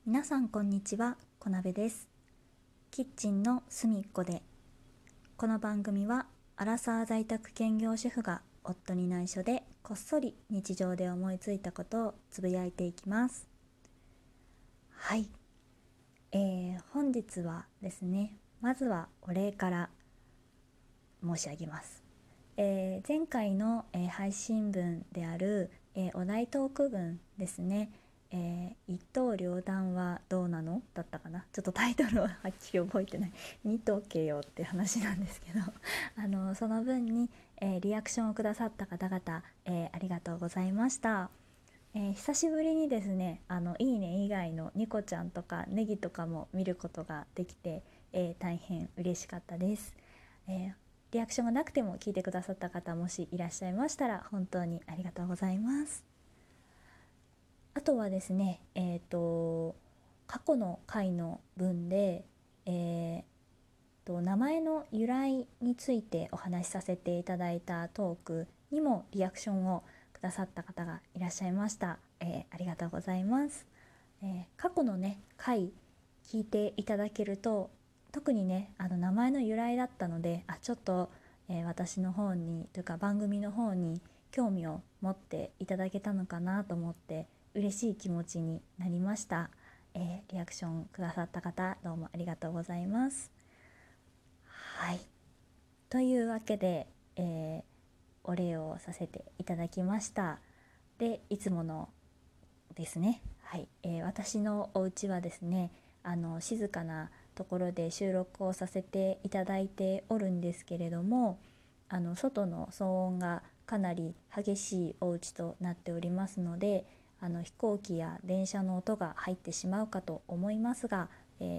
皆さんこんにちは、こなべです。キッチンの隅っこで。この番組はアラサー在宅兼業主婦が夫に内緒でこっそり日常で思いついたことをつぶやいていきます。はい、本日はですね、まずはお礼から申し上げます。前回の、配信分である、お題トーク文ですね、一刀両断はどうなのだったかな、ちょっとタイトルははっきり覚えてない。見とけよって話なんですけどその分に、リアクションをくださった方々、ありがとうございました。久しぶりにですね、いいね以外のニコちゃんとかネギとかも見ることができて、大変嬉しかったです。リアクションがなくても聞いてくださった方もしいらっしゃいましたら本当にありがとうございます。あとはですね、過去の回の分で、名前の由来についてお話しさせていただいたトークにもリアクションをくださった方がいらっしゃいました。ありがとうございます。過去のね回聞いていただけると、特にね名前の由来だったので、ちょっと、私の方にというか番組の方に興味を持っていただけたのかなと思って嬉しい気持ちになりました。リアクションくださった方、どうもありがとうございます。はい、というわけで、お礼をさせていただきました。で、いつものですね、はい、私のお家はですね、静かなところで収録をさせていただいておるんですけれども、外の騒音がかなり激しいお家となっておりますので、飛行機や電車の音が入ってしまうかと思いますが、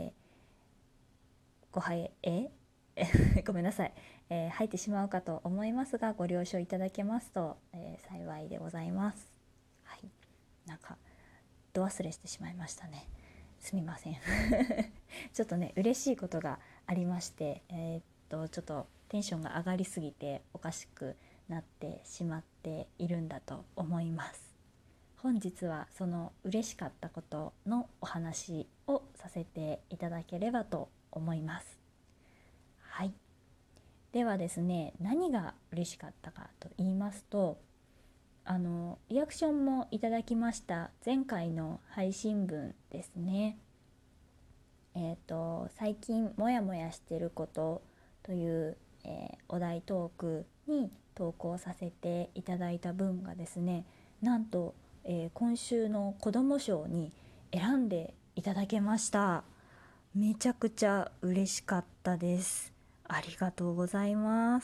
ご配ごめんなさい、入ってしまうかと思いますがご了承いただけますと、幸いでございます。はい、なんかど忘れしてしまいましたね。すみませんちょっとね嬉しいことがありまして、ちょっとテンションが上がりすぎておかしくなってしまっているんだと思います。本日はその嬉しかったことのお話をさせていただければと思います。はい、ではですね、何が嬉しかったかと言いますと、リアクションもいただきました前回の配信分ですね。最近モヤモヤしてることという、お題トークに投稿させていただいた分がですね、なんと、今週の子ども賞に選んでいただけました。めちゃくちゃ嬉しかったです。ありがとうございます。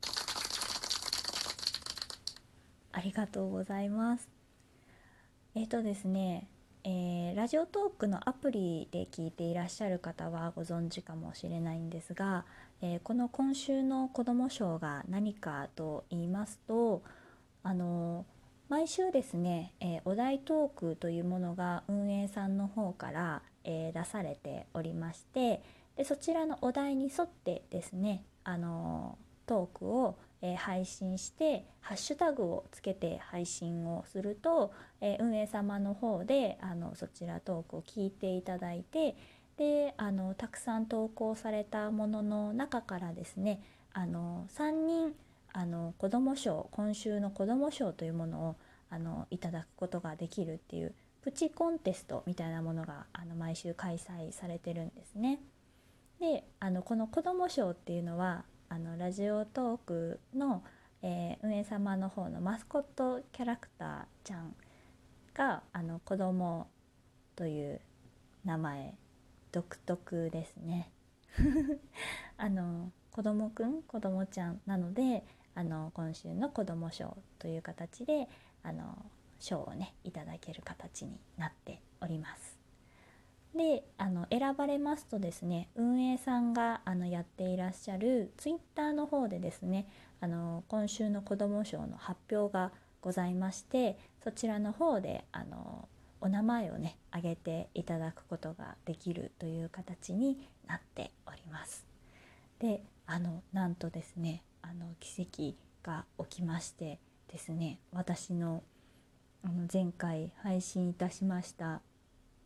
ありがとうございます。ですね、ラジオトークのアプリで聞いていらっしゃる方はご存知かもしれないんですが、この今週の子ども賞が何かと言いますと、毎週ですね、お題トークというものが運営さんの方から、出されておりまして、でそちらのお題に沿ってですね、トークを、配信してハッシュタグをつけて配信をすると、運営様の方でそちらトークを聞いていただいて、でたくさん投稿されたものの中からですね、3人子ども賞、今週の子ども賞というものをいただくことができるっていうプチコンテストみたいなものが毎週開催されてるんですね。でこの子ども賞っていうのはラジオトークの、運営様の方のマスコットキャラクターちゃんが子どもという名前独特ですね子どもくん子どもちゃんなので今週の子ども賞という形で賞をねいただける形になっております。で選ばれますとですね、運営さんがやっていらっしゃるツイッターの方でですね、今週の子ども賞の発表がございまして、そちらの方でお名前をね挙げていただくことができるという形になっております。でなんとですね奇跡が起きましてですね、私の前回配信いたしました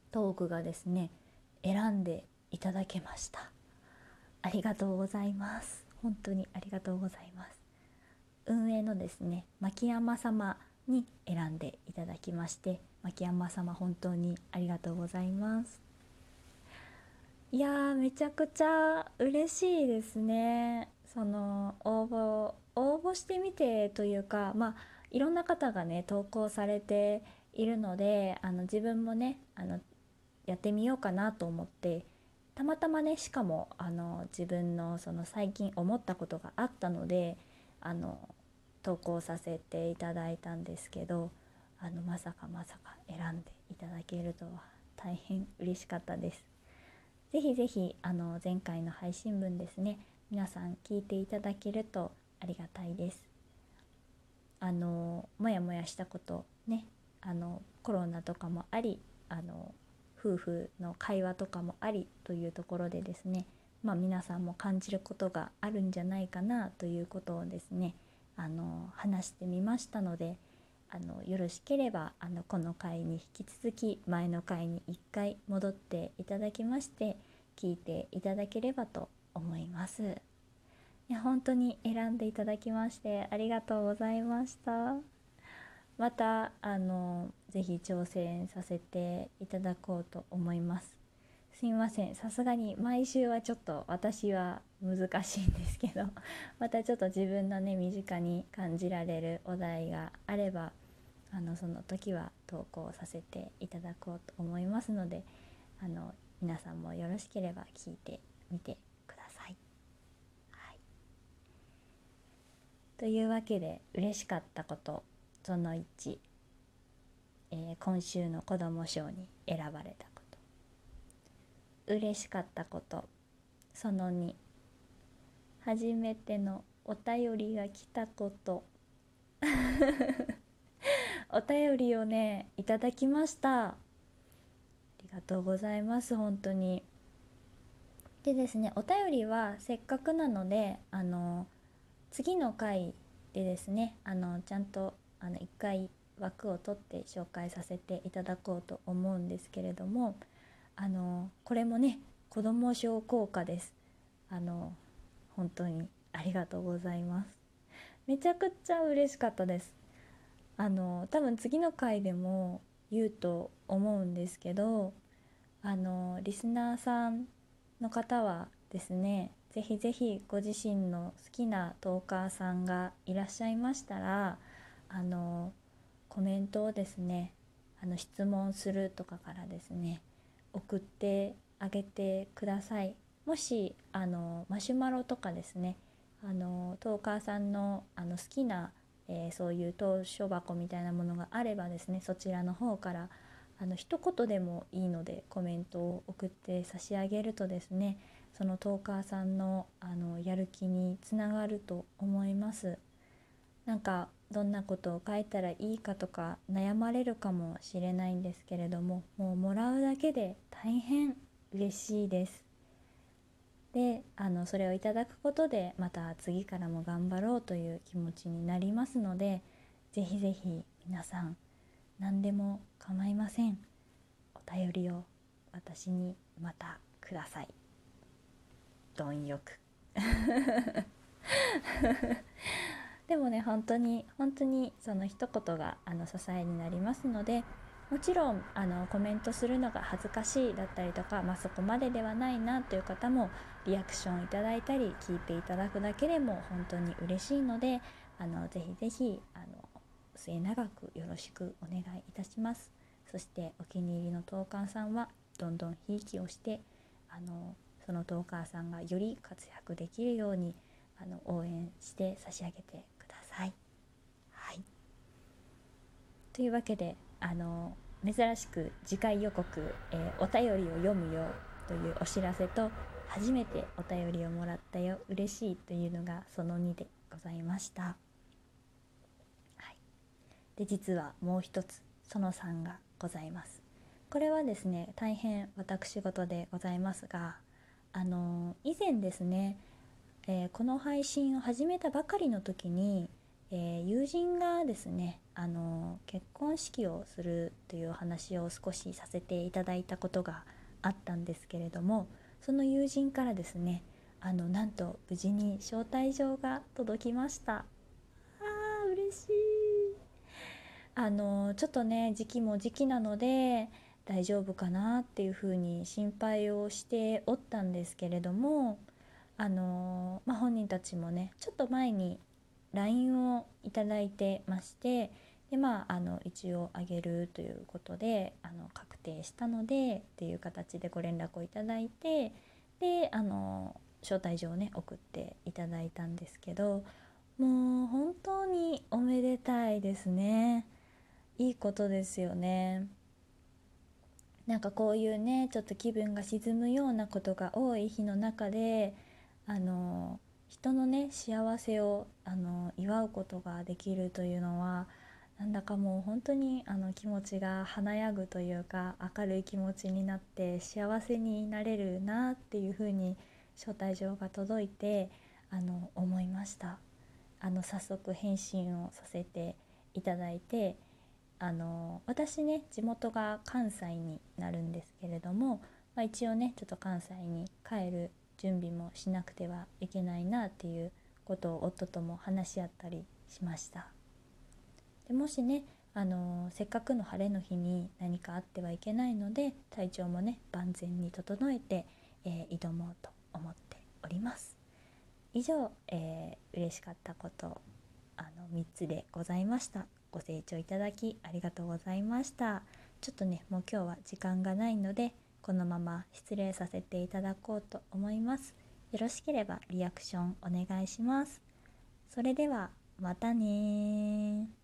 トークがですね選んでいただけました。ありがとうございます。本当にありがとうございます。運営のですね牧山様に選んでいただきまして、牧山様本当にありがとうございます。いやー、めちゃくちゃ嬉しいですね。その応募してみてというか、いろんな方がね投稿されているので、自分もねやってみようかなと思って、たまたまね、しかも自分のその最近思ったことがあったので投稿させていただいたんですけど、まさか選んでいただけるとは大変嬉しかったです。ぜひぜひ前回の配信分ですね、皆さん聞いていただけるとありがたいです。もやもやしたことね、コロナとかもあり、夫婦の会話とかもありというところでですね、皆さんも感じることがあるんじゃないかなということをですね話してみましたので、よろしければこの回に引き続き前の回に1回戻っていただきまして聞いていただければと思います。いや、本当に選んでいただきましてありがとうございました。またぜひ挑戦させていただこうと思います。すいません、さすがに毎週はちょっと私は難しいんですけどまたちょっと自分のね身近に感じられるお題があればその時は投稿させていただこうと思いますので、皆さんもよろしければ聞いてみてください。はい、というわけで嬉しかったことその1、今週の子ども賞に選ばれたこと。嬉しかったことその2、初めてのお便りが来たことお便りをねいただきました。ありがとうございます。本当に。でですね、お便りはせっかくなので次の回でですねちゃんと1回枠を取って紹介させていただこうと思うんですけれども、これもね子ども賞効果です。本当にありがとうございます。めちゃくちゃ嬉しかったです。多分次の回でも言うと思うんですけど、リスナーさんの方はですね、ぜひぜひご自身の好きなトーカーさんがいらっしゃいましたらコメントをですね質問するとかからですね送ってあげてください。もしマシュマロとかですねトーカーさんの好きな、そういう投書箱みたいなものがあればですね、そちらの方から一言でもいいのでコメントを送って差し上げるとですね、そのトーカーさんのやる気につながると思います。なんかどんなことを書いたらいいかとか悩まれるかもしれないんですけれども、もうもらうだけで大変嬉しいです。でそれをいただくことでまた次からも頑張ろうという気持ちになりますので、ぜひぜひ皆さん何でも構いません。お便りを私にまたください。貪欲でもね、本当に本当にその一言が支えになりますので、もちろんコメントするのが恥ずかしいだったりとか、そこまでではないなという方もリアクションいただいたり聞いていただくだけでも本当に嬉しいので、ぜひぜひ末永くよろしくお願いいたします。そしてお気に入りのトーカーさんはどんどんひいきをしてそのトーカーさんがより活躍できるように応援して差し上げてください。はい、というわけで珍しく次回予告、お便りを読むよというお知らせと、初めてお便りをもらったよ嬉しいというのがその2でございました。はい、で実はもう一つその3がございます。これはですね大変私事でございますが、以前ですね、この配信を始めたばかりの時に、 友人がですね結婚式をするというお話を少しさせていただいたことがあったんですけれども、その友人からですねなんと無事に招待状が届きました。嬉しい。ちょっとね時期も時期なので大丈夫かなっていうふうに心配をしておったんですけれども、本人たちもねちょっと前に LINE をいただいてまして、で一応あげるということで確定したのでっていう形でご連絡をいただいて、で招待状をね送っていただいたんですけど、もう本当におめでたいですね。いいことですよね。なんかこういうねちょっと気分が沈むようなことが多い日の中であの人のね幸せを祝うことができるというのは、なんだかもう本当に気持ちが華やぐというか明るい気持ちになって幸せになれるなっていうふうに招待状が届いて思いました。早速返信をさせていただいて、私ね地元が関西になるんですけれども、一応ねちょっと関西に帰る準備もしなくてはいけないなっていうことを夫とも話し合ったりしました。でもしねせっかくの晴れの日に何かあってはいけないので体調もね万全に整えて、挑もうと思っております。以上、嬉しかったこと3つでございました。ご清聴いただきありがとうございました。ちょっとねもう今日は時間がないのでこのまま失礼させていただこうと思います。よろしければリアクションお願いします。それではまたね。